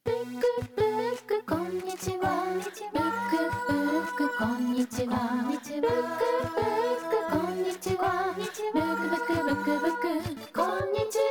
こんにちは。こんにちは。こんにちは。こんにち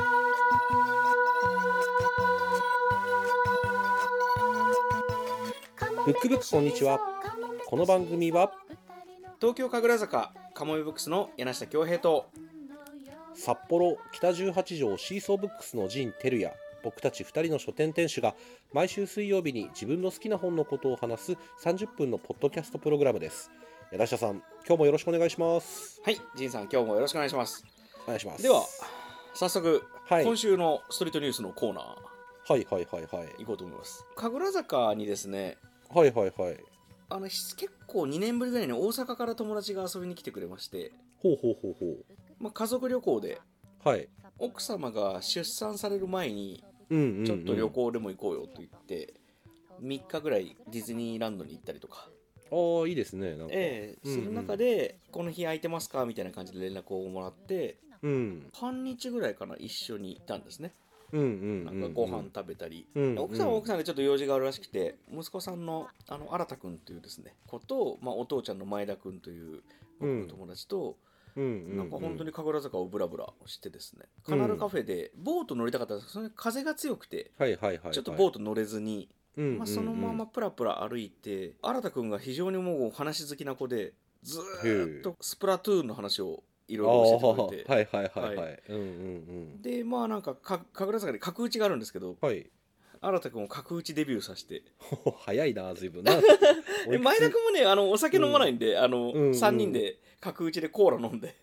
は。 ブックブックこんにちは。この番組は東京神楽坂カモメブックスの柳下恭平と札幌北18条シーソーブックスの陣照也、僕たち2人の書店店主が毎週水曜日に自分の好きな本のことを話す30分のポッドキャストプログラムです。柳下さん、今日もよろしくお願いします。 はい、陣さん今日もよろしくお願いします。 お願いします。 では早速、 はい、 今週のストリートニュースのコーナーはい行こうと思います。神楽坂にですね、 結構2年ぶりぐらいに大阪から友達が遊びに来てくれまして、家族旅行で、奥様が出産される前にちょっと旅行でも行こうよと言って、3日ぐらいディズニーランドに行ったりとか、 いいですね。なんかする中で、この日空いてますかみたいな感じで連絡をもらって、半日ぐらいかな一緒に行ったんですね。なんかご飯食べたり、奥さんは奥さんでちょっと用事があるらしくて、息子さんの新田くんというですね子と、お父ちゃんの前田くんという僕の友達と、なんか本当に神楽坂をブラブラしてですね、カナルカフェでボート乗りたかったんですけど、それ風が強くてちょっとボート乗れずに、そのままプラプラ歩いて、新田くんが非常にもう話好きな子で、ずーっとスプラトゥーンの話をいろいろ教えてくれて、でなんか神楽坂に角打ちがあるんですけど、新田くんを角打ちデビューさせて早いな、随分な前田くんもね、お酒飲まないんで、3人で角打ちでコーラ飲んで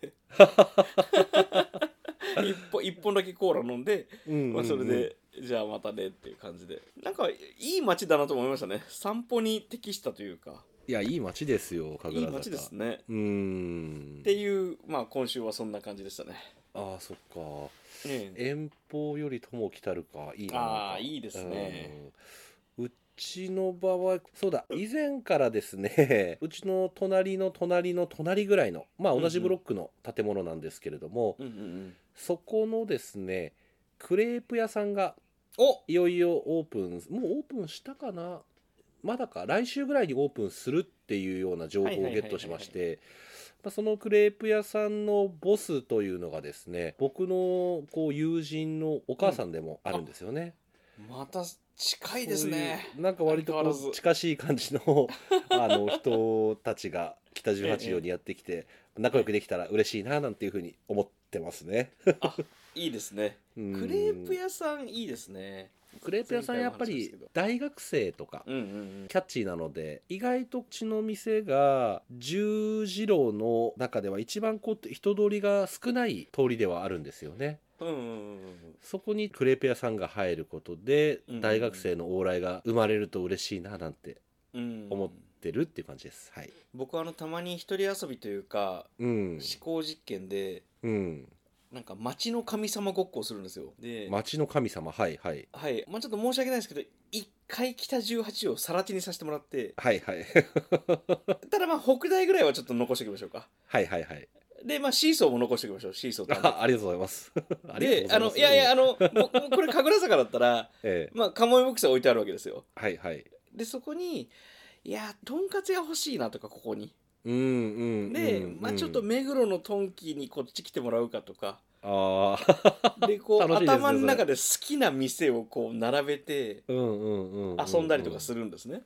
1本だけコーラ飲んで、それでじゃあまたねっていう感じで、なんかいい街だなと思いましたね。散歩に適したというか、 いや、いい街ですよ、神楽坂。 いい街ですね。っていう、今週はそんな感じでしたね。 そっか。遠方より友来たるか、いいな。いいですね。 うちの場合、そうだ、以前からですねうちの隣の隣の隣ぐらいの、同じブロックの建物なんですけれども、そこのですねクレープ屋さんがいよいよオープン、もうオープンしたかな、まだか、来週ぐらいにオープンするっていうような情報をゲットしまして、そのクレープ屋さんのボスというのがですね、僕の友人のお母さんでもあるんですよね。 また近いですね。 なんか割と近しい感じの人たちが北18条にやってきて、仲良くできたら嬉しいななんていうふうに思ってますね。 いいですね。クレープ屋さんいいですね。 クレープ屋さんやっぱり大学生とかキャッチーなので、意外とうちの店が十字路の中では一番人通りが少ない通りではあるんですよね。そこにクレープ屋さんが入ることで、大学生の往来が生まれると嬉しいななんて思ってるっていう感じです。 僕はたまに一人遊びというか、思考実験で、なんか街の神様ごっこをするんですよ。で、 街の神様、ちょっと申し訳ないですけど、一回北18をさら地にさせてもらって、ただ北大ぐらいはちょっと残しておきましょうか。でシーソーも残しておきましょう。シーソーとありがとうございますで、これ神楽坂だったら、カモメボックスが置いてあるわけですよ。でそこに、いやとんかつ屋欲しいなとか、ここにで、ちょっと目黒のトンキにこっち来てもらうかとか、で頭の中で好きな店を並べて遊んだりとかするんですね。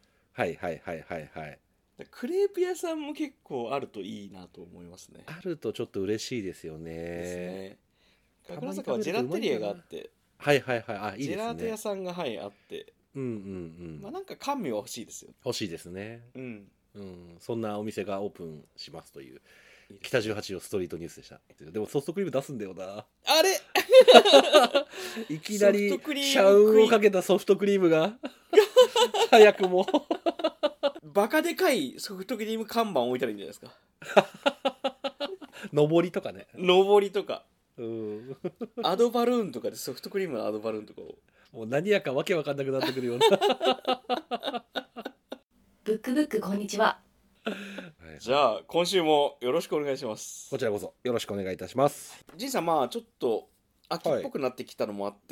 クレープ屋さんも結構あるといいなと思いますね。 あるとちょっと嬉しいですよね。 神楽坂はジェラテリアがあって、 いいですね。 ジェラート屋さんがあって、なんか甘味は欲しいですよ。 欲しいですね。そんなお店がオープンしますという北18条ストリートニュースでした。でもソフトクリーム出すんだよな、 あれいきなり社運をかけたソフトクリームが早くもバカでかいソフトクリーム看板置いたらいいんじゃないですか。 上りとかね、 上りとかアドバルーンとかで、ソフトクリームのアドバルーンとかを、 もう何やかわけわかんなくなってくるようなブックブックこんにちは。 じゃあ今週もよろしくお願いします。 こちらこそよろしくお願いいたします。 じいさん、ちょっと秋っぽくなってきたのもあって、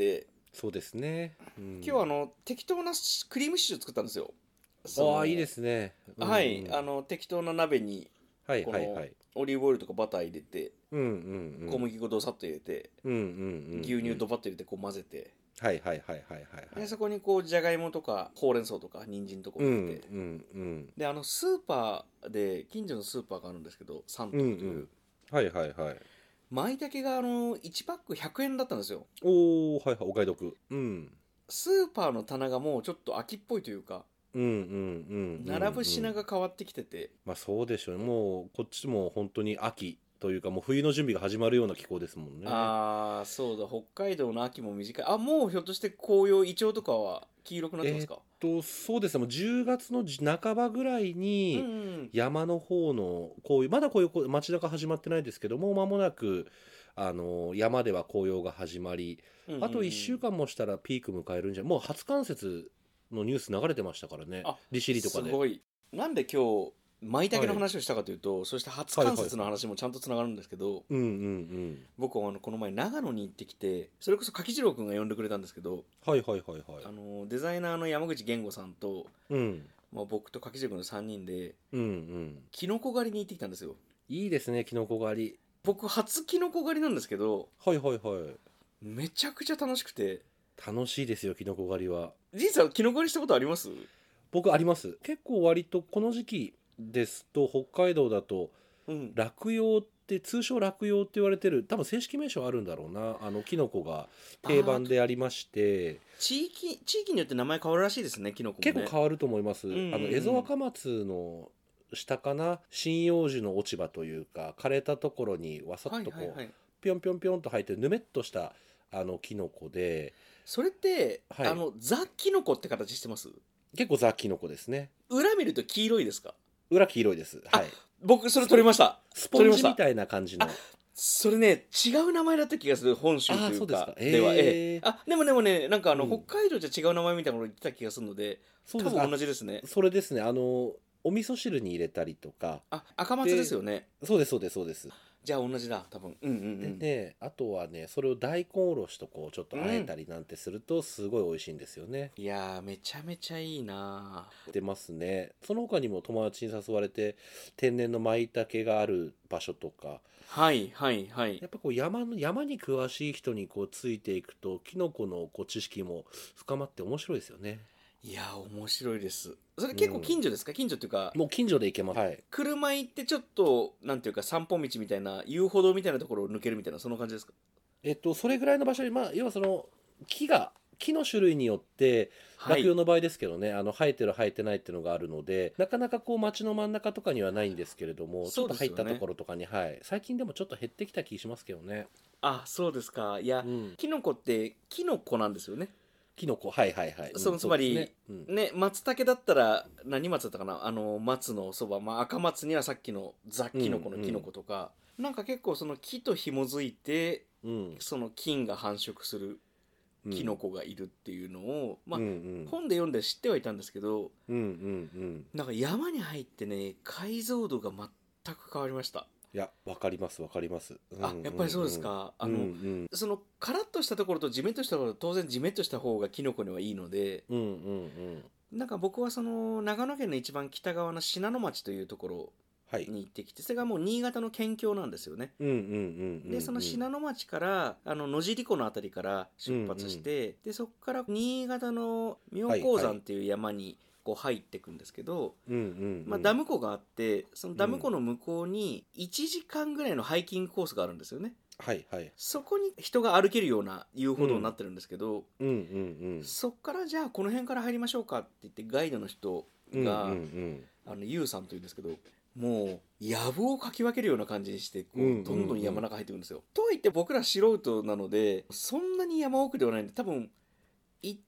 そうですね、 今日は適当なクリームシチュー作ったんですよ。 ああいいですね、 はい、適当な鍋にはいはいはい、 オリーブオイルとかバター入れて、小麦粉ドサッと入れて、牛乳ドバッと入れてこう混ぜて、 はいはいはいはいはい、 でそこにこうじゃがいもとかほうれん草とか人参とか入れて、でスーパーで近所のスーパーがあるんですけどサントという、 はいはいはい、 舞茸が1パック100円だったんですよ。 おおはいはい、お買い得。 スーパーの棚がもうちょっと秋っぽいというか、並ぶ品が変わってきてて、 まあそうでしょうね。もうこっちも本当に秋というか、もう冬の準備が始まるような気候ですもんね。 ああそうだ、北海道の秋も短い。あ、もうひょっとして紅葉、イチョウとかは黄色くなってますか？ そうですね、もう10月の半ばぐらいに山の方の紅葉、まだ紅葉街中始まってないですけども、間もなく山では紅葉が始まり、あと1週間もしたらピーク迎えるんじゃ、もう初冠雪のニュース流れてましたからね、利尻とかで。 すごい。なんで今日舞茸の話をしたかというと、そして初冠雪の話もちゃんとつながるんですけど、僕はこの前長野に行ってきて、それこそ柿次郎君が呼んでくれたんですけど、デザイナーの山口源吾さんと、僕と柿次郎君の3人で、キノコ狩りに行ってきたんですよ。 いいですね、キノコ狩り。 僕初キノコ狩りなんですけど、めちゃくちゃ楽しくて。 楽しいですよ、キノコ狩りは。 実はキノコ狩りしたことあります？ 僕あります。結構割とこの時期ですと北海道だと落葉って通称落葉って言われてる、多分正式名称あるんだろうな、キノコが定番でありまして、 地域によって名前変わるらしいですね、キノコもね。 結構変わると思います。エゾアカマツの下かな、針葉樹の落ち葉というか枯れたところにわさっとこうぴょんぴょんぴょんと生えてるぬめっとしたキノコで、 それって、ザ・キノコって形してます？ 結構ザ・キノコですね。 裏見ると黄色いですか？ 裏黄色いです。はい。 僕それ取りました。 スポンジみたいな感じの。 それね、違う名前だった気がする、本州というかでは。でもね、なんか北海道じゃ違う名前みたいなの言ってた気がするので、多分同じですね。 それですね。お味噌汁に入れたりとか。 赤松ですよね。 そうですそうですそうです。 じゃあ同じだ多分。 でね、あとはね、それを大根おろしとこうちょっとあえたりなんてするとすごい美味しいんですよね。 いやーめちゃめちゃいいな。 出ますね。その他にも友達に誘われて天然の舞茸がある場所とか。やっぱこう山に詳しい人にこうついていくとキノコのこう知識も深まって面白いですよね。 いや面白いです。それ結構近所ですか？近所っていうかもう近所で行けます。 車行ってちょっとなんていうか散歩道みたいな遊歩道みたいなところを抜けるみたいな、そんな感じですか？ それぐらいの場所に、要はその木の種類によって落葉の場合ですけどね、生えてる生えてないっていうのがあるので、なかなかこう街の真ん中とかにはないんですけれども、ちょっと入ったところとかに、最近でもちょっと減ってきた気しますけどね。 そうですか。いや、キノコってキノコなんですよね。 キノコ、 つまりね、松茸だったら何松だったかな、松のそば、赤松にはさっきのザ・キノコのキノコとか、なんか結構その木と紐づいて、その菌が繁殖するキノコがいるっていうのを、本で読んで知ってはいたんですけど、なんか山に入ってね、解像度が全く変わりました。 いや、わかります。 やっぱりそうですか。そのカラッとしたところとジメッとしたところ、当然ジメッとした方がキノコにはいいので、なんか僕はその長野県の一番北側の信濃町というところに行ってきて、それがもう新潟の県境なんですよね。でその信濃町から野尻湖の辺りから出発して、でそこから新潟の妙高山っていう山にこう入っていくんですけど、ダム湖があって、そのダム湖の向こうに1時間ぐらいのハイキングコースがあるんですよね。そこに人が歩けるような遊歩道になってるんですけど、そっからじゃあこの辺から入りましょうかって言ってガイドの人がユウさんというんですけど、もう藪をかき分けるような感じにしてこうどんどん山の中入ってくるんですよ。とはいって僕ら素人なのでそんなに山奥ではないんで、多分行っ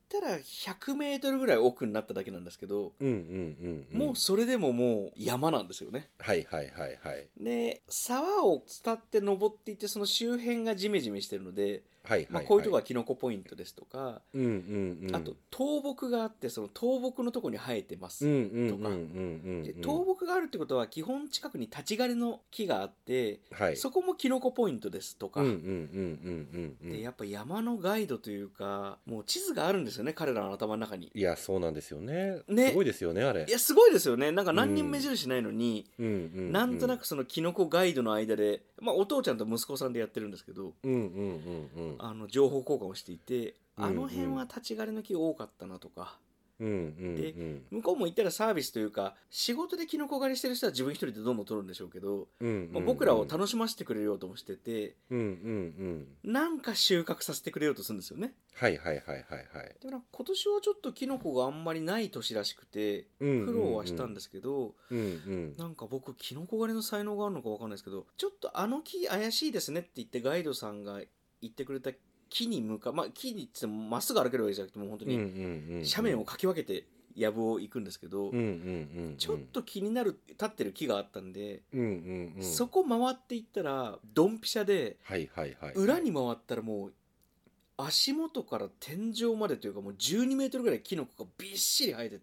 ったら100メートルぐらい奥になっただけなんですけど、もうそれでももう山なんですよね。 はいはいはいはい。 で沢を伝って登っていって、その周辺がジメジメしてるので、 はいはいはい、 こういうとこがキノコポイントですとか、 うんうんうん、 あと倒木があって、その倒木のとこに生えてますとか、で倒木があるってことは基本近くに立ち枯れの木があって、 はい、 そこもキノコポイントですとか、 でやっぱ山のガイドというか、もう地図があるんですよね、彼らの頭の中に。 いやそうなんですよ ね。すごいですよねあれ。 いやすごいですよね。なんか何人目印ないのに、なんとなくそのキノコガイドの間で、お父ちゃんと息子さんでやってるんですけど、情報交換をしていて、あの辺は立ち枯れの木多かったなとか、で向こうも言ったらサービスというか、仕事でキノコ狩りしてる人は自分一人でどんどん取るんでしょうけど、僕らを楽しませてくれようともしてて、なんか収穫させてくれようとするんですよね。 はいはいはいはいはい。 でも今年はちょっとキノコがあんまりない年らしくて苦労はしたんですけど、なんか僕キノコ狩りの才能があるのか分かんないですけど、ちょっとあの木怪しいですねって言ってガイドさんが言ってくれた木に向か木にってまっすぐ歩けるわけじゃなくて、もう本当に斜面をかき分けて藪を行くんですけど、ちょっと気になる立ってる木があったんで、そこ回っていったらドンピシャで、裏に回ったらもう足元から天井までというか、もう12メートルぐらいキノコがびっしり生えて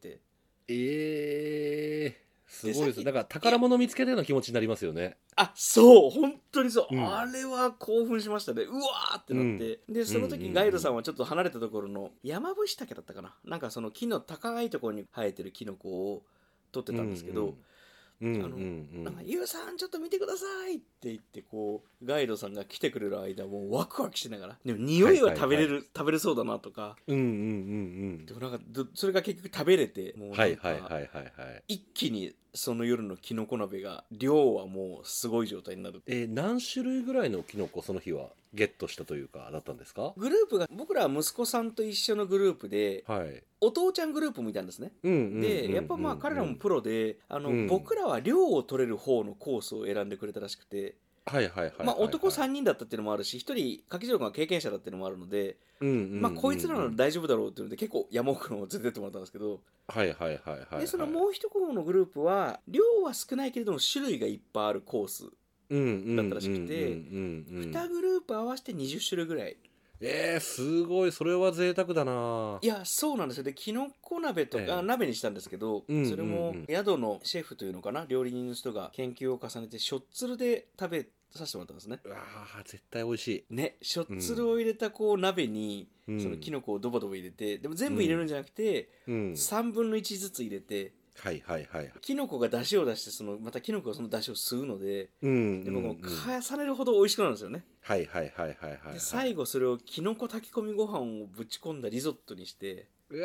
て、 すごいです。だから宝物見つけたような気持ちになりますよね。 そう本当にそう、あれは興奮しましたね。うわーってなって、でその時ガイドさんはちょっと離れたところの山伏岳だったかな、なんかその木の高いところに生えてるキノコを取ってたんですけど、なんかユウさんちょっと見てくださいって言って、こうガイドさんが来てくれる間もうワクワクしながら、でも匂いは食べれそうだなとか、でもなんかそれが結局食べれて、もうなんか一気にその夜のキノコ鍋が量はもうすごい状態になる。 何種類ぐらいのキノコその日はゲットしたというかだったんですか？ グループが、僕らは息子さんと一緒のグループで、お父ちゃんグループもいたんですね。でやっぱ彼らもプロで、僕らは量を取れる方のコースを選んでくれたらしくて、男3人だったっていうのもあるし、1人柿次郎君が経験者だっていうのもあるので、こいつらなら大丈夫だろうっていうので結構山奥のを連れてってもらったんですけど、でそのもう一方のグループは量は少ないけれども種類がいっぱいあるコースだったらしくて、2グループ合わせて20種類ぐらい。 すごい、それは贅沢だな。 いやそうなんですよ。でキノコ鍋とか、鍋にしたんですけど、それも宿のシェフというのかな、料理人の人が研究を重ねてしょっつるで食べさせてもらったんですね。 絶対美味しいね。しょっつるを入れたこう鍋にそのキノコをドバドバ入れて、でも全部入れるんじゃなくて、3分の1ずつ入れて、キノコが出汁を出して、またキノコがその出汁を吸うので、でも重ねるほど美味しくなるんですよね。で最後それをキノコ炊き込みご飯をぶち込んだリゾットにして、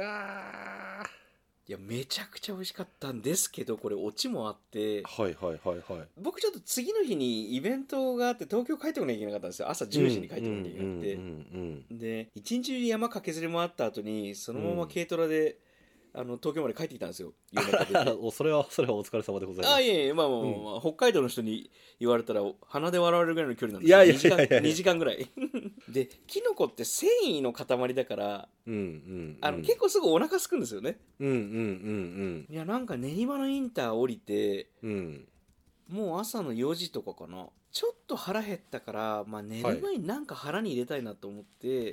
いやめちゃくちゃ美味しかったんですけど、これオチもあって、僕ちょっと次の日にイベントがあって東京帰ってこなきゃいけなかったんですよ。朝10時に帰ってこなきゃいけなくて、で一日中山駆けずり回った後にそのまま軽トラで、東京まで帰ってきたんですよ。 それはお疲れ様でございます。 いえいえ、北海道の人に言われたら鼻で笑われるぐらいの距離なんですよ。2時間ぐらいでキノコって繊維の塊だから、結構すぐお腹すくんですよね。いやなんか練馬のインター降りて、もう朝の4時とかかな、ちょっと腹減ったから、寝る前になんか腹に入れたいなと思って、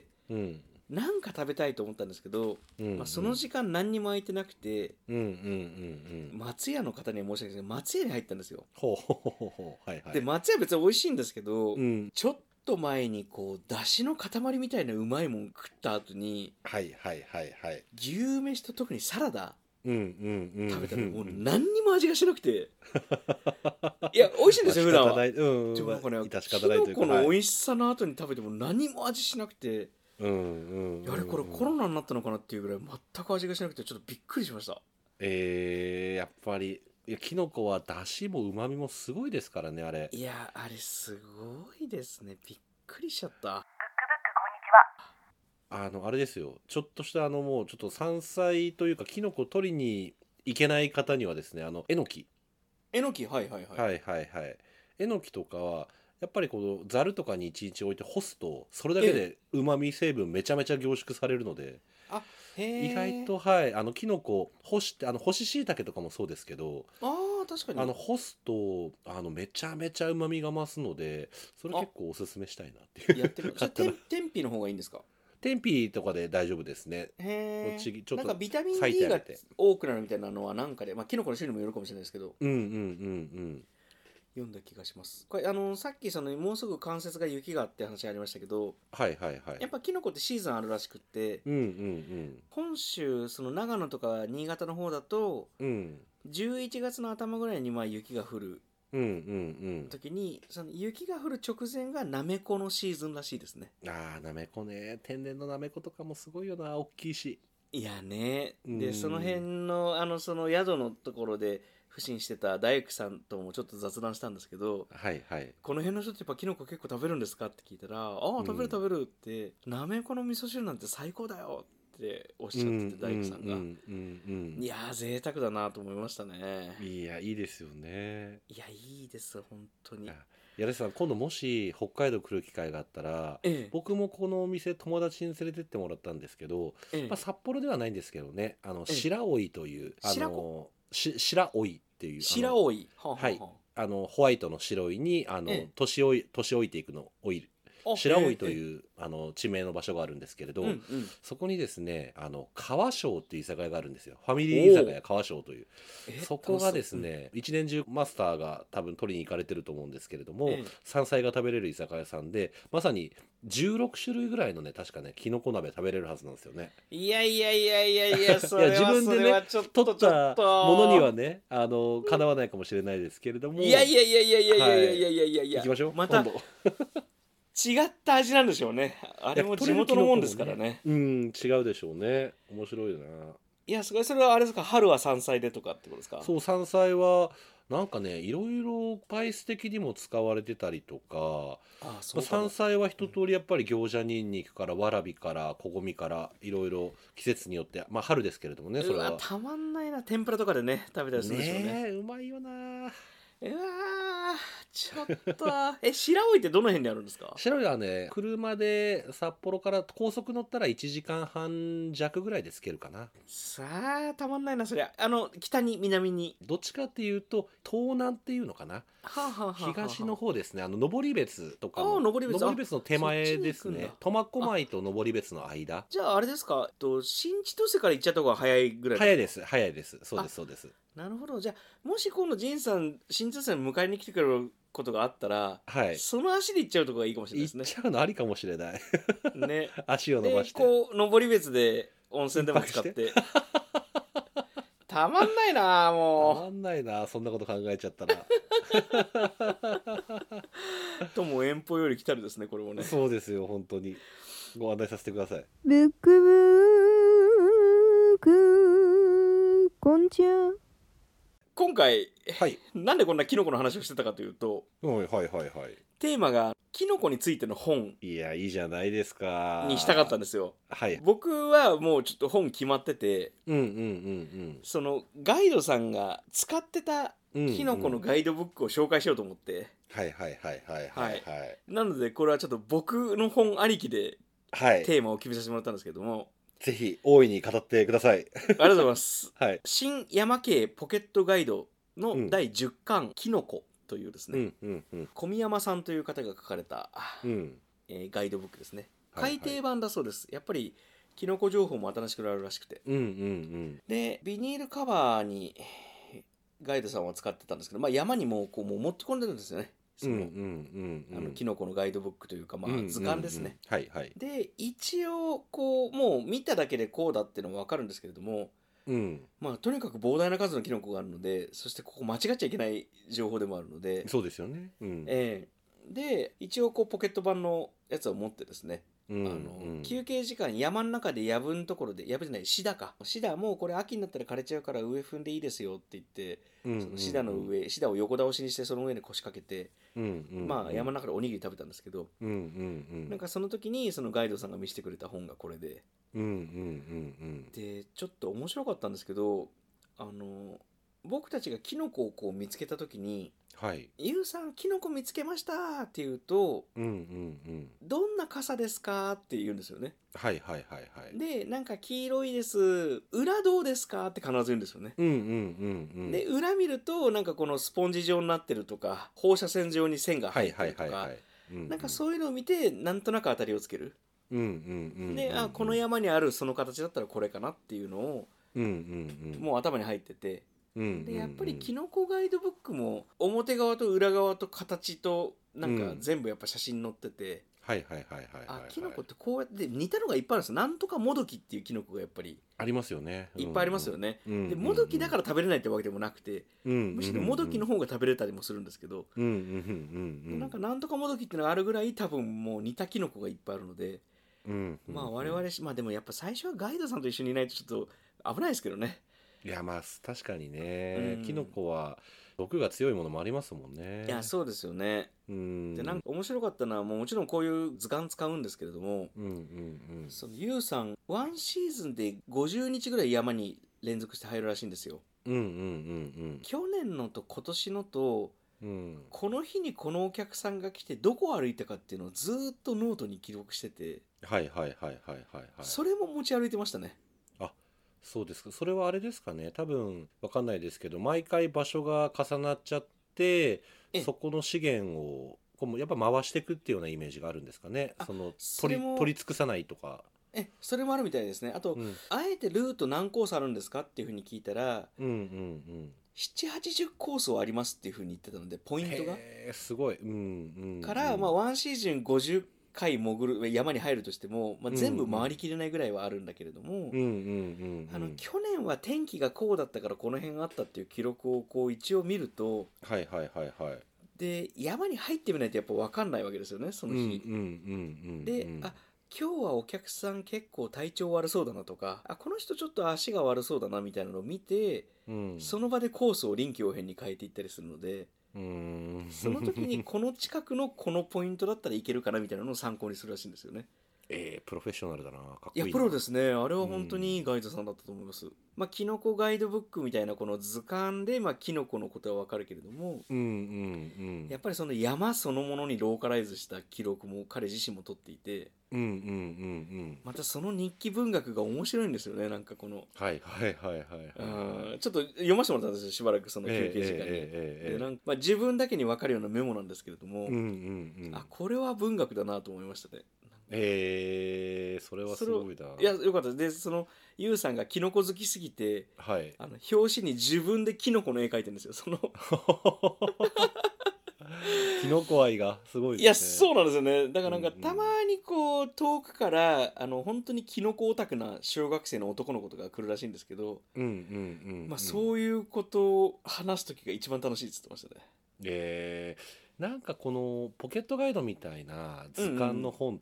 なんか食べたいと思ったんですけど、その時間何にも空いてなくて、松屋の方には申し訳ないけど松屋に入ったんですよ。で松屋別に美味しいんですけど、ちょっと前にこうだしの塊みたいなうまいもん食った後に、牛飯と特にサラダ食べたらもう何にも味がしなくていや美味しいんですよ普段は。でもなんかね、キノコの美味しさの後に食べても何も味しなくて、あれこれコロナになったのかなっていうぐらい全く味がしなくて、ちょっとびっくりしました。 やっぱりキノコは出汁も旨味もすごいですからね、あれ。 いやあれすごいですね。びっくりしちゃった。 あれですよ、ちょっとしたもうちょっと山菜というかキノコ取りに行けない方にはですね、えのき、えのきとかはやっぱりこのざるとかに1日置いて干すとそれだけでうまみ成分めちゃめちゃ凝縮されるので、 あ、へ意外と、はい、きのこ干して干し椎茸とかもそうですけど、 確かに干すとめちゃめちゃうまみが増すので、それ結構おすすめしたいなっていう。 やってる。じゃあ天日の方がいいんですか？ 天日とかで大丈夫ですね。 へえ。 ちょっとなんかビタミン裂い D がてあげて。 多くなるみたいなのはなんかで、まあキノコの種類もよるかもしれないですけど、 うんうんうん読んだ気がします。これさっきもうすぐ関節が雪がって話ありましたけど、 はいはいはい。 やっぱキノコってシーズンあるらしくって、 うんうん本州長野とか新潟の方だとうんうん 11月の頭ぐらいにまあ雪が降るうんうん時に、雪が降る直前がなめこのシーズンらしいですね。 なめこね、天然のなめことかもすごいよな、大きいし。 いやね。でうんその辺のその宿のところで不審してた大工さんともちょっと雑談したんですけど、 はいはい。 この辺の人ってやっぱキノコ結構食べるんですかって聞いたら、ああ食べる食べるって、なめこの味噌汁なんて最高だよっておっしゃってて、大工さんが、いやー贅沢だなと思いましたね。 いや、いいですよね。 いやいいです本当に。 やれさん、今度もし北海道来る機会があったら、僕もこのお店友達に連れてってもらったんですけど、札幌ではないんですけどね、白老という白老っていう白老、 はい、ホワイトの白いに年老いていくのオイル、白老という地名の場所があるんですけれど、そこにですね川庄っていう居酒屋があるんですよ。ファミリー居酒屋川庄という。そこがですね、一年中マスターが多分取りに行かれてると思うんですけれども、山菜が食べれる居酒屋さんで、まさに16種類ぐらいのね、確かねきのこ鍋食べれるはずなんですよね。 いやそれは自分でね取ったものにはねかなわないかもしれないですけれども、 いや行きましょう。 また違った味なんでしょうね。あれも地元のもんですからね。 違うでしょうね。面白いな。 いやそれはあれですか、春は山菜でとかってことですか？ そう、山菜はなんかね、いろいろスパイス的にも使われてたりとか、山菜は一通りやっぱり行者ニンニクからわらびからこごみからいろいろ季節によって、まあ春ですけれどもね、それはたまんないな。天ぷらとかでね食べたりするんでしょうね。 うまいよな。 うわちょっと白老ってどの辺にあるんですか？ 白老はね、車で札幌から高速乗ったら1時間半弱ぐらいで着けるかな。 さあたまんないなそりゃ。北に南にどっちかっていうと東南っていうのかな、東の方ですね。登別とかも、登別の手前ですね。苫小牧と登別の間。 じゃああれですか、新千歳から行っちゃった方が早いぐらい？ 早いです。そうですそうです。 なるほど。じゃあもし今度仁さん新千歳に迎えに来てくれることがあったら、その足で行っちゃうとこがいいかもしれないですね。 行っちゃうのありかもしれないね。 足を伸ばして、 こう登別で温泉でも使ってたまんないな。もうたまんないな、そんなこと考えちゃったらとも遠方より来たるですね、これもね。 そうですよ、本当にご案内させてください。 ブックブックこんちゃ。 今回、なんでこんなキノコの話をしてたかというと、テーマがキノコについての本。 いや、いいじゃないですかにしたかったんですよ。僕はもうちょっと本決まってて、そのガイドさんが使ってたキノコのガイドブックを紹介しようと思って、なのでこれはちょっと僕の本ありきでテーマを決めさせてもらったんですけども、 ぜひ大いに語ってください。 ありがとうございます。新山系ポケットガイドの第10巻キノコというですね、小宮山さんという方が書かれた、ガイドブックですね。改訂版だそうです。やっぱりキノコ情報も新しくなるらしくて、でビニールカバーにガイドさんは使ってたんですけど、山にもう持って込んでるんですよね。キノコのガイドブックというか、図鑑ですね。で一応こうもう見ただけでこうだっていうのも分かるんですけれども、とにかく膨大な数のキノコがあるので、そしてここ間違っちゃいけない情報でもあるので、 そうですよね。 で一応こうポケット版のやつを持ってですね、休憩時間山の中で藪のところで、藪じゃないシダもうこれ秋になったら枯れちゃうから上踏んでいいですよって言って、そのシダの上、シダを横倒しにしてその上に腰掛けて、山の中でおにぎり食べたんですけど、なんかその時にそのガイドさんが見せてくれた本がこれで、でちょっと面白かったんですけど、 僕たちがキノコをこう見つけた時にはい、 ゆうさんキノコ見つけましたって言うと、どんな傘ですかって言うんですよね。 はいはいはいはい。 でなんか黄色いです、裏どうですかって必ず言うんですよね。で裏見るとなんかこのスポンジ状になってるとか放射線状に線が入ってるとか、なんかそういうのを見てなんとなく当たりをつける。でこの山にあるその形だったらこれかなっていうのをもう頭に入ってて、でやっぱりキノコガイドブックも表側と裏側と形となんか全部やっぱ写真載ってて、キノコってこうやって似たのがいっぱいあるんですよ。なんとかモドキっていうキノコがやっぱりありますよね。 いっぱいありますよね。でモドキだから食べれないってわけでもなくて、むしろモドキの方が食べれたりもするんですけど、なんかなんとかモドキっていうのがあるぐらい多分もう似たキノコがいっぱいあるので、まあ我々まあでもやっぱ最初はガイドさんと一緒にいないとちょっと危ないですけどね。 いやまあ確かにね、キノコは毒が強いものもありますもんね。 いやそうですよね。でなんか面白かったのはもちろんこういう図鑑使うんですけれども、そのユウさんワンシーズンで50日ぐらい山に連続して入るらしいんですよ。去年のと今年のと、この日にこのお客さんが来てどこを歩いたかっていうのをずっとノートに記録してて、それも持ち歩いてましたね。 そうですか。それはあれですかね。多分わかんないですけど、毎回場所が重なっちゃって、そこの資源をこうやっぱ回していくっていうようなイメージがあるんですかね。取り尽くさないとか。 それもあるみたいですね。あと、あえてルート何コースあるんですかっていうふうに聞いたら、7、80コースはありますっていうふうに言ってたので、ポイントが。 すごい。 から、ワンシーズン50回潜る山に入るとしても、全部回りきれないぐらいはあるんだけれども、去年は天気がこうだったからこの辺あったっていう記録をこう一応見ると、で山に入ってみないとやっぱ分かんないわけですよね、その日。で今日はお客さん結構体調悪そうだなとか、この人ちょっと足が悪そうだなみたいなのを見て、その場でコースを臨機応変に変えていったりするので、その時にこの近くのこのポイントだったらいけるかなみたいなのを参考にするらしいんですよね。 プロフェッショナルだな。かっこいいな。 いやプロですね。あれは本当にいいガイドさんだったと思います。キノコガイドブックみたいなこの図鑑でキノコのことは分かるけれども、やっぱりその山そのものにローカライズした記録も彼自身も取っていて、またその日記文学が面白いんですよね。なんかこのちょっと読ませてもらったんですよ、しばらくその休憩時間に。でなんか自分だけに分かるようなメモなんですけれども、これは文学だなと思いましたね。 それはすごいな。 いやよかったです。そのユウさんがキノコ好きすぎて、表紙に自分でキノコの絵描いてるんですよ。そのキノコ愛がすごいですね。 いやそうなんですよね。だからなんかたまにこう遠くから本当にキノコオタクな小学生の男の子とかが来るらしいんですけど、そういうことを話す時が一番楽しいって言ってましたね。 なんかこのポケットガイドみたいな図鑑の本って、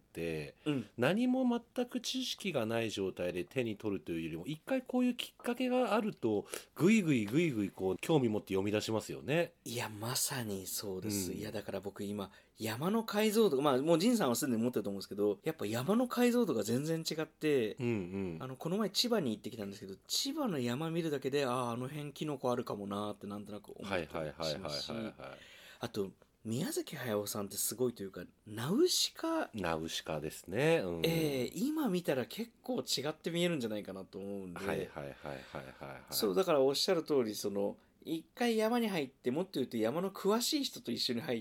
何も全く知識がない状態で手に取るというよりも、一回こういうきっかけがあるとぐいぐいこう興味持って読み出しますよね。 いやまさにそうです。いやだから僕今山の解像度もう仁さんはすでに持ってると思うんですけど、やっぱ山の解像度が全然違って、この前千葉に行ってきたんですけど、千葉の山見るだけであの辺キノコあるかもなってなんとなく思ったりしますし、あと宮崎駿さんってすごいというか、ナウシカですね。 今見たら結構違って見えるんじゃないかなと思うんで、そうだからおっしゃる通り、その一回山に入って、もっと言うと山の詳しい人と一緒に入って、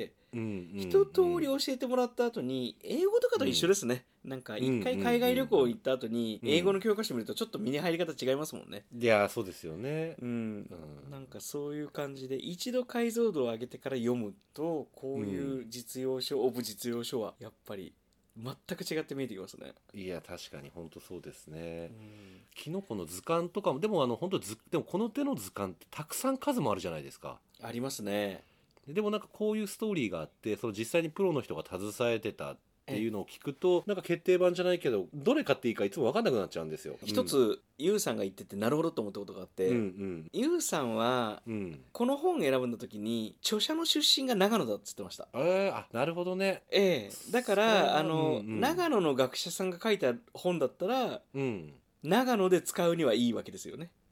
一通り教えてもらった後に英語とかと一緒ですね。なんか一回海外旅行行った後に英語の教科書見るとちょっと身に入り方違いますもんね。 いやそうですよね。 なんかそういう感じで一度解像度を上げてから読むと、こういう実用書、オブ実用書はやっぱり全く違って見えてきますね。 いや確かに本当そうですね。キノコの図鑑とかもでも本当でもこの手の図鑑ってたくさん数もあるじゃないですか。 ありますね。 でもなんかこういうストーリーがあって、その実際にプロの人が携えてたっていうのを聞くと、なんか決定版じゃないけどどれ買っていいかいつも分かんなくなっちゃうんですよ。 一つユウさんが言っててなるほどと思ったことがあって、ユウさんはこの本を選ぶんだ時に著者の出身が長野だって言ってました。 なるほどね。 だから長野の学者さんが書いた本だったら、長野で使うにはいいわけですよね。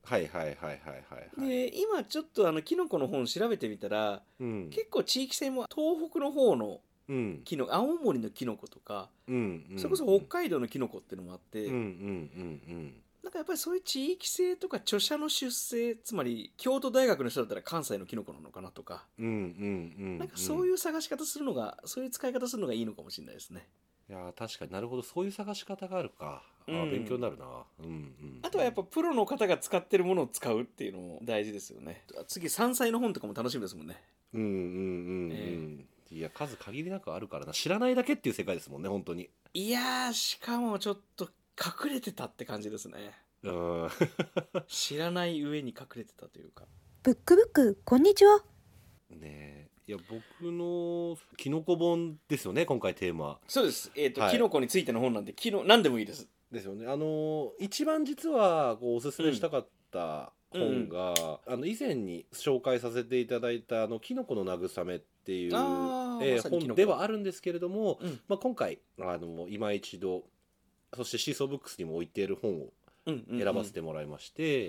はいはいはいはいはいはい。 で今ちょっとキノコの本調べてみたら、 うん、 結構地域性も東北の方のうん、 キノコ、青森のキノコとか、 うん、うん、 それこそ北海道のキノコっていうのもあって、 うんうんうんなんかやっぱりそういう地域性とか著者の出生、つまり京都大学の人だったら関西のキノコなのかなとか、 うんうんうんうん、 なんかそういう探し方するのが、そういう使い方するのがいいのかもしれないですね。 いや確かになるほど、そういう探し方があるか。勉強になるな。うんうん、 あとはやっぱプロの方が使ってるものを使うっていうのも大事ですよね。次山菜の本とかも楽しみですもんね。 うんうんうんうん、いや数限りなくあるからな。知らないだけっていう世界ですもんね本当に。 いやー、しかもちょっと隠れてたって感じですね。 うん知らない上に隠れてたというか。 ブックブックこんにちは。 ねえ、いや僕のキノコ本ですよね今回テーマ。 そうです。 はいキノコについての本なんで、何でもいいです。 ですよね。一番実はこうおすすめしたかった本が、以前に紹介させていただいたキノコの慰めっていう、 まさにキノコ本ではあるんですけれども、 うん今回今一度そしてシーソーブックスにも置いている本を選ばせてもらいまして、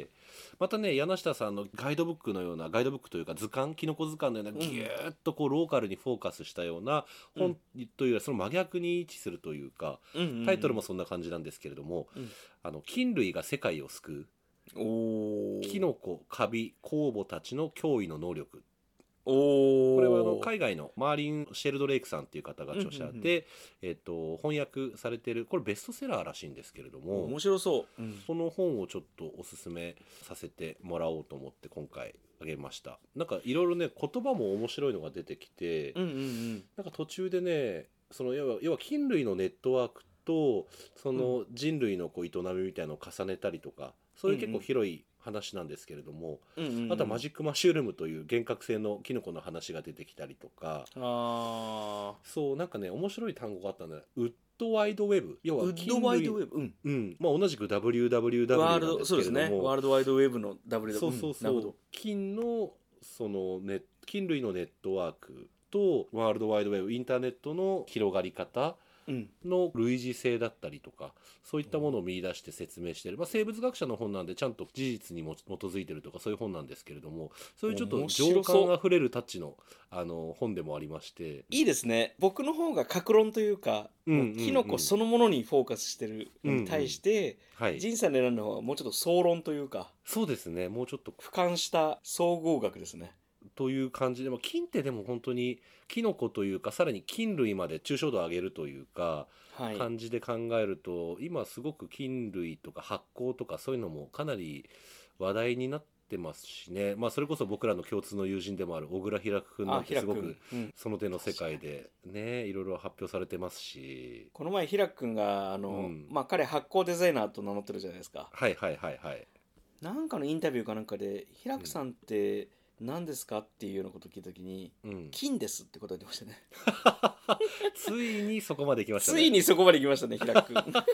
またね柳下さんのガイドブックのような、ガイドブックというか図鑑、キノコ図鑑のようなギューッとこうローカルにフォーカスしたような本というよりはその真逆に位置するというか、タイトルもそんな感じなんですけれども、菌類が世界を救う、キノコ、カビ、酵母たちの驚異の能力。これは海外のマーリン・シェルドレイクさんっていう方が著者で、翻訳されてる、これベストセラーらしいんですけれども、 面白そう、 その本をちょっとおすすめさせてもらおうと思って今回あげました。なんかいろいろね言葉も面白いのが出てきて、なんか途中でねその要は菌類のネットワークとその人類のこう営みみたいなのを重ねたりとか、そういう結構広い話なんですけれども、あとはマジックマッシュルームという幻覚性のキノコの話が出てきたりとか、そうなんかね面白い単語があったんだよ。ウッドワイドウェブ、要は菌類、 ウッドワイドウェブ、 まあ同じく WWW なんですけれども、 そうですね、ワールドワイドウェブの WW、 そう菌の菌類のネットワークとワールドワイドウェブ、インターネットの広がり方の類似性だったりとか、そういったものを見出して説明している、生物学者の本なんでちゃんと事実に基づいてるとかそういう本なんですけれども、そういうちょっと情感あふれるタッチの本でもありまして、 いいですね。僕の方が格論というか、キノコそのものにフォーカスしてるのに対して、仁さんの選んだ方はもうちょっと総論というか、 そうですね、もうちょっと俯瞰した総合学ですねという感じで、菌ってでも本当にキノコというかさらに菌類まで抽象度を上げるというか、感じで考えると今すごく菌類とか発酵とかそういうのもかなり話題になってますしね、それこそ僕らの共通の友人でもある小倉平久君なんてすごくその手の世界でねいろいろ発表されてますし、 この前平久君が彼発酵デザイナーと名乗ってるじゃないですか。なんかのインタビューかなんかで平久さんって何ですかっていうようなことを聞いたときに、金ですって答えてましたねついにそこまで来ましたね。 ついにそこまで来ましたね平久君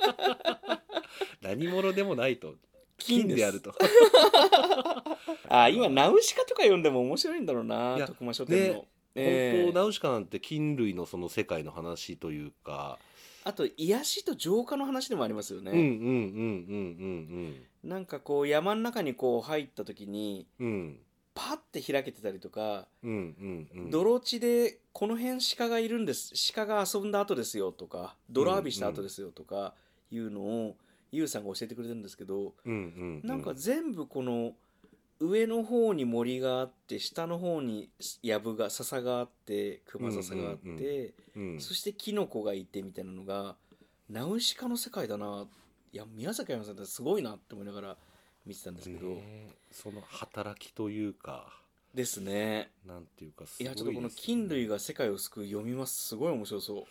何者でもないと、金であると今ナウシカとか読んでも面白いんだろうな、徳間書店の、 本当ナウシカなんて菌類のその世界の話というか、 あと癒しと浄化の話でもありますよね。なんかこう山の中にこう入った時に、パッて開けてたりとか、泥地でこの辺鹿がいるんです、鹿が遊んだ後ですよとか泥浴びした後ですよとかいうのをゆうさんが教えてくれてるんですけど、なんか全部この上の方に森があって下の方に藪が笹があって熊笹があって、そしてキノコがいてみたいなのがナウシカの世界だな、いや宮崎駿さんってすごいなって思いながら見てたんですけど、 その働きというかですね、 なんていうかすごいですね。 いやちょっとこの菌類が世界を救う読みます、すごい面白そう。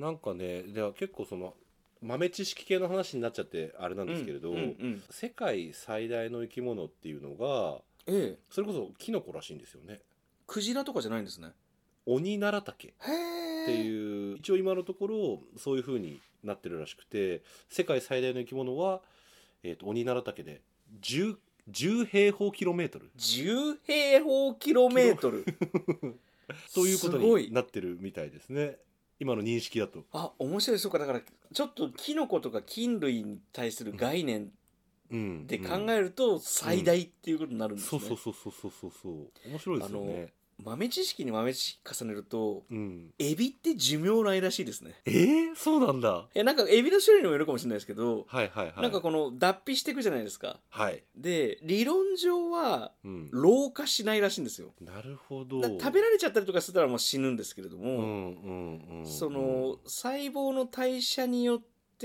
なんかね、では結構その豆知識系の話になっちゃってあれなんですけれど、世界最大の生き物っていうのが、それこそキノコらしいんですよね。 クジラとかじゃないんですね。 オニナラタケっていう、一応今のところそういう風になってるらしくて、世界最大の生き物は、オニナラタケで10平方キロメートル 10平方キロメートルということになってるみたいですね、今の認識だと。 面白い。そうか、だからちょっとキノコとか菌類に対する概念で考えると最大っていうことになるんですね。 そう面白いですよね。 豆知識に豆知識重ねると、エビって寿命ないらしいですね。 そうなんだ。 なんかエビの種類にもよるかもしれないですけど、なんかこの脱皮していくじゃないですか。で理論上は老化しないらしいんですよ。 なるほど。 食べられちゃったりとかしたらもう死ぬんですけれども、その細胞の代謝によって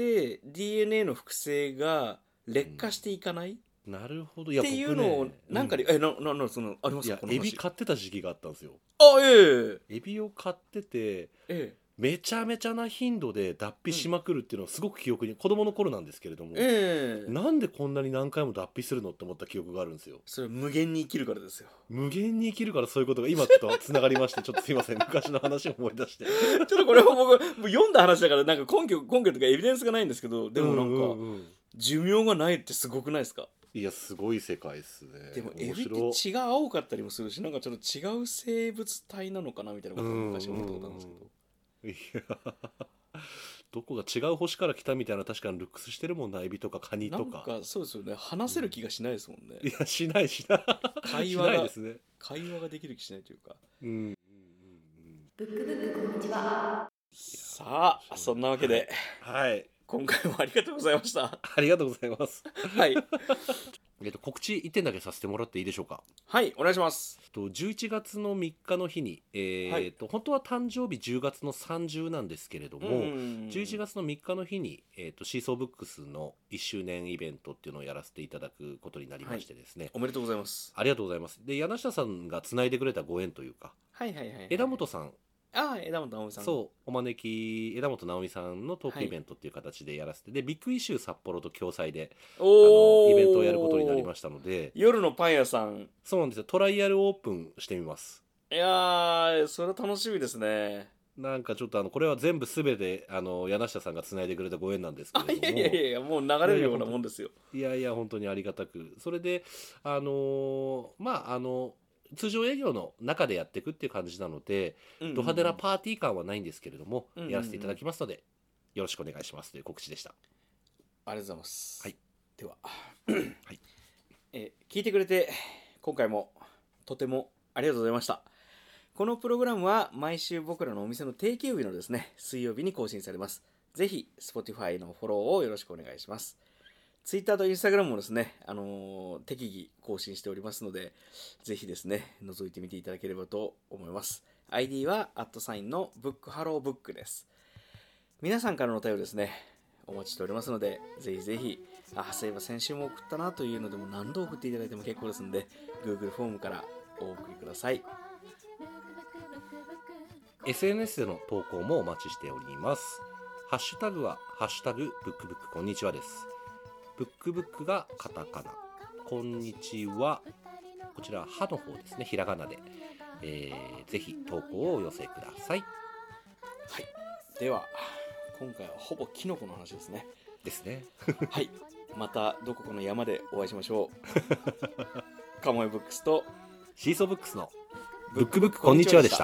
DNA の複製が劣化していかない、 なるほど。 っていうのをなんかで、そのありますか？ エビ買ってた時期があったんですよ。エビを買ってて、めちゃめちゃな頻度で脱皮しまくるっていうのはすごく記憶に、子供の頃なんですけれども、なんでこんなに何回も脱皮するのって思った記憶があるんですよ。 それは無限に生きるからですよ。 無限に生きるからそういうことが今ちょっとつながりましてちょっとすいません、昔の話を思い出してちょっとこれは僕読んだ話だからなんか根拠とかエビデンスがないんですけど、でもなんか、寿命がないってすごくないですか？ いやすごい世界ですね。 でもエビって血が青かったりもするし、なんかちょっと違う生物体なのかなみたいなことを昔思ったことあるんですけど、 いやどこが違う星から来たみたいな確かにルックスしてるもんな、エビとかカニとか。 なんかそうですよね、話せる気がしないですもんね。 いやしない会話がですね。 会話ができる気しないというか。 ブックブックこんにちは。 さあそんなわけで、今回もありがとうございました。 ありがとうございます。告知1点だけさせてもらっていいでしょうか。 はい、お願いします。 11月の3日の日に、本当は誕生日10月の30なんですけれども、11月の3日の日に、シーソーブックスの1周年イベントっていうのをやらせていただくことになりましてですね、 おめでとうございます。 ありがとうございます。で柳下さんがつないでくれたご縁というか、枝本さん、 枝本直美さん、 そうお招き枝本直美さんのトークイベントっていう形でやらせて、でビッグイシュー札幌と共催でイベントをやることになりましたので、 夜のパン屋さん、 そうなんですよ、トライアルオープンしてみます。 いやーそれは楽しみですね。 なんかちょっとこれは全部すべて柳下さんがつないでくれたご縁なんですけれども、 いやもう流れるようなもんですよ。 いや本当にありがたく、それで通常営業の中でやっていくっていう感じなので、ド派手なパーティー感はないんですけれども、やらせていただきますのでよろしくお願いしますという告知でした。 ありがとうございます。 はい、 では、聞いてくれて今回もとてもありがとうございました。このプログラムは毎週僕らのお店の定休日のですね、水曜日に更新されます。ぜひ Spotify のフォローをよろしくお願いします。Twitter と Instagram もですね、適宜更新しておりますので、ぜひですね、覗いてみていただければと思います。ID は@のブックハローブックです。皆さんからのお便りですね、お待ちしておりますので、ぜひぜひ、そういえば先週も送ったなというのでも何度送っていただいても結構ですので、Google フォームからお送りください。 SNS での投稿もお待ちしております。ハッシュタグはハッシュタグブックブックこんにちはです。ブックブックがカタカナ、こんにちはこちら歯の方ですね、ひらがなで、ぜひ投稿をお寄せください。 はい、では今回はほぼキノコの話ですね。はい、またどこかの山でお会いしましょう。カモエブックスとシーソーブックスのブックブックこんにちはでした。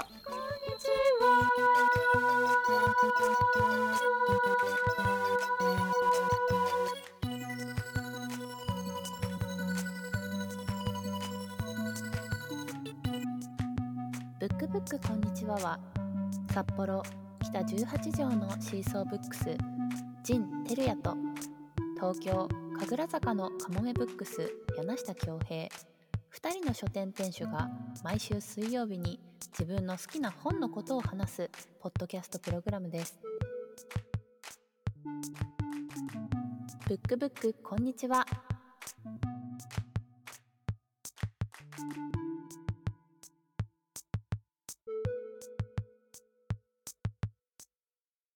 ブックブックこんにちはは札幌北18条のシーソーブックス陣照也と東京神楽坂のカモメブックス柳下恭平2人の書店店主が毎週水曜日に自分の好きな本のことを話すポッドキャストプログラムです。ブックブックこんにちは。